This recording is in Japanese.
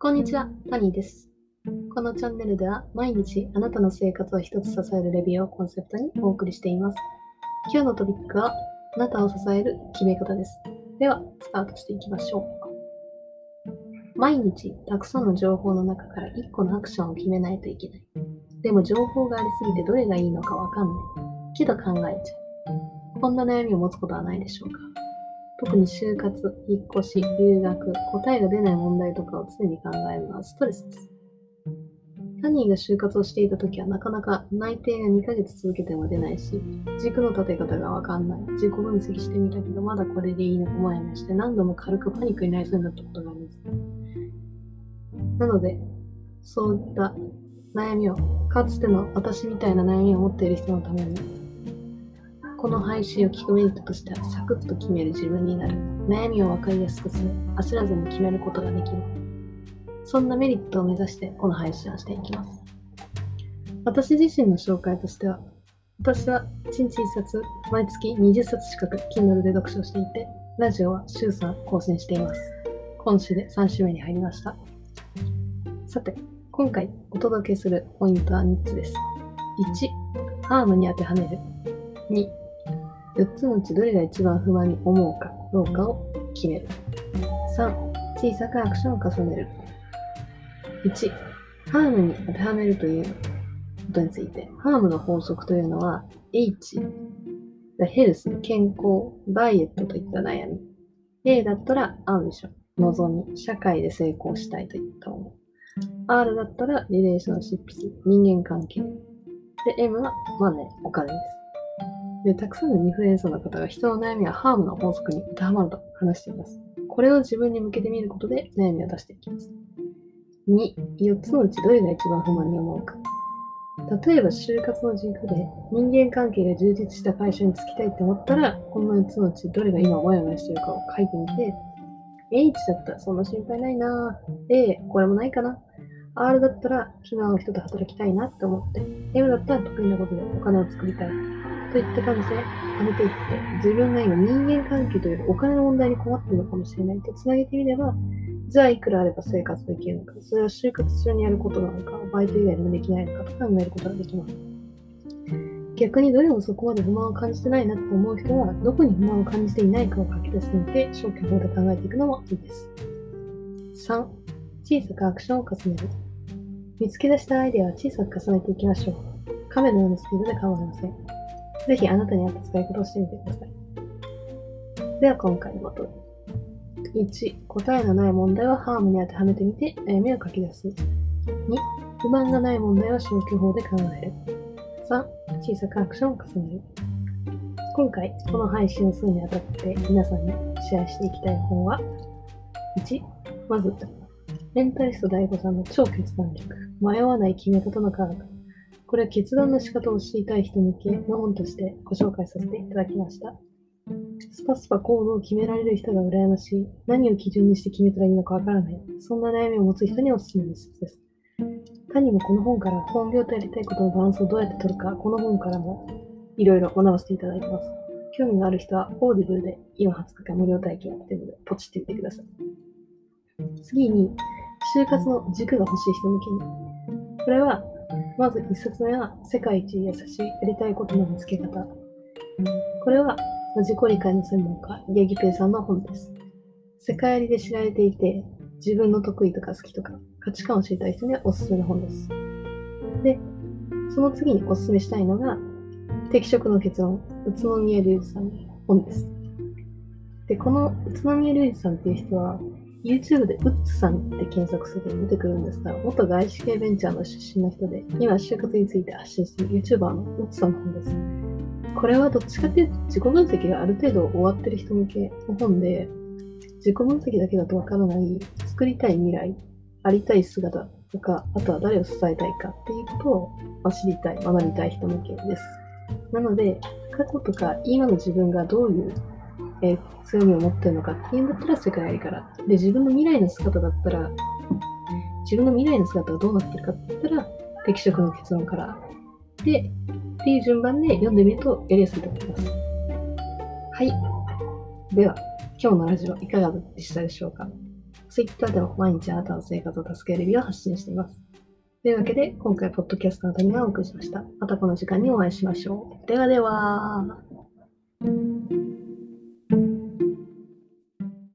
こんにちは、タニーです。このチャンネルでは毎日あなたの生活を一つ支えるレビューをコンセプトにお送りしています。今日のトピックはあなたを支える決め方です。では、スタートしていきましょう。毎日たくさんの情報の中から1個のアクションを決めないといけない。でも情報がありすぎてどれがいいのかわかんない。けど考えちゃう。こんな悩みを持つことはないでしょうか。特に就活、引っ越し、留学、答えが出ない問題とかを常に考えるのはストレスです。タニーが就活をしていた時はなかなか内定が2ヶ月続けても出ないし、軸の立て方がわかんない。自己分析してみたけどまだこれでいいのかもやもやして何度も軽くパニックになりそうになったことがあります。なので、そういった悩みを、かつての私みたいな悩みを持っている人のために、この配信を聞くメリットとしては、サクッと決める自分になる。悩みを分かりやすくする。焦らずに決めることができる。そんなメリットを目指してこの配信をしていきます。私自身の紹介としては、私は1日1冊、毎月20冊近く Kindle で読書をしていて、ラジオは週3更新しています。今週で3週目に入りました。さて、今回お届けするポイントは3つです。1、ハームに当てはめる。2、4つのうちどれが一番不満に思うかどうかを決める。3、小さくアクションを重ねる。1、ハームに当てはめるということについて、ハームの法則というのは H、ヘルス、健康、ダイエットといった悩み。A だったらアンビション、望み、社会で成功したいといったもの。R だったらリレーションシップス、人間関係。で、M はマネー、お金です。で、たくさんのインフルエンサーの方が人の悩みはハームの法則に当てはまると話しています。これを自分に向けてみることで悩みを出していきます。2、4つのうちどれが一番不満に思うか。例えば就活の軸で人間関係が充実した会社に就きたいって思ったら、この4つのうちどれが今モヤモヤしているかを書いてみて、H だったらそんな心配ないなぁ。A、これもないかな。R だったら気の合う人と働きたいなって思って、M だったら得意なことでお金を作りたい。といった感じで貯めていって、自分が今人間関係というお金の問題に困っているのかもしれないとつなげてみれば、じゃあいくらあれば生活できるのか、それは就活中にやることなのか、バイト以外でもできないのかと考えることができます。逆にどれもそこまで不満を感じてないなと思う人は、どこに不満を感じていないかを書き出してみて、消去法で考えていくのもいいです。3、小さくアクションを重ねる。見つけ出したアイデアは小さく重ねていきましょう。亀のようなスピードで構いません。ぜひあなたに合った使い方をしてみてください。では今回のまとめ。1、答えのない問題はハームに当てはめてみて悩みを書き出す。2、不満がない問題は消去法で考える。3、小さくアクションを重ねる。今回この配信をするにあたって皆さんにシェアしていきたい本は、1、まずメンタリスト DAIGO さんの超決断力、迷わない決め方の科学。これは決断の仕方を知りたい人向けの本としてご紹介させていただきました。スパスパ行動を決められる人が羨ましい。何を基準にして決めたらいいのかわからない。そんな悩みを持つ人におすすめの一冊です。他にもこの本から本業とやりたいことのバランスをどうやって取るか、この本からもいろいろ学ばせていただいてます。興味がある人はオーディブルで今20日間無料体験やっているのでポチってみてください。次に、就活の軸が欲しい人向けに。これはまず1冊目は世界一優しいやりたいことの見つけ方。これは自己理解の専門家、イェギペイさんの本です。世界ありで知られていて、自分の得意とか好きとか価値観を知りたい人にはおすすめの本です。で、その次におすすめしたいのが、適職の結論、宇都宮隆二さんの本です。で、この宇都宮隆二さんっていう人は、YouTube でウッズさんって検索すると出てくるんですが、元外資系ベンチャーの出身の人で、今就活について発信している YouTuber のウッズさんの本です。これはどっちかっていうと自己分析がある程度終わってる人向けの本で、自己分析だけだとわからない作りたい未来、ありたい姿とか、あとは誰を支えたいかっていうことを知りたい、学びたい人向けです。なので、過去とか今の自分がどういう強みを持ってるのかっていうんだったら世界ありから。で、自分の未来の姿だったら、自分の未来の姿がどうなってるかって言ったら、適職の結論から。で、っていう順番で読んでみるとやりやすいと思います。はい。では、今日のラジオいかがでしたでしょうか。 Twitter でも毎日あなたの生活を助けるレビューを発信しています。というわけで、今回ポッドキャストの谷がお送りしました。またこの時間にお会いしましょう。ではでは。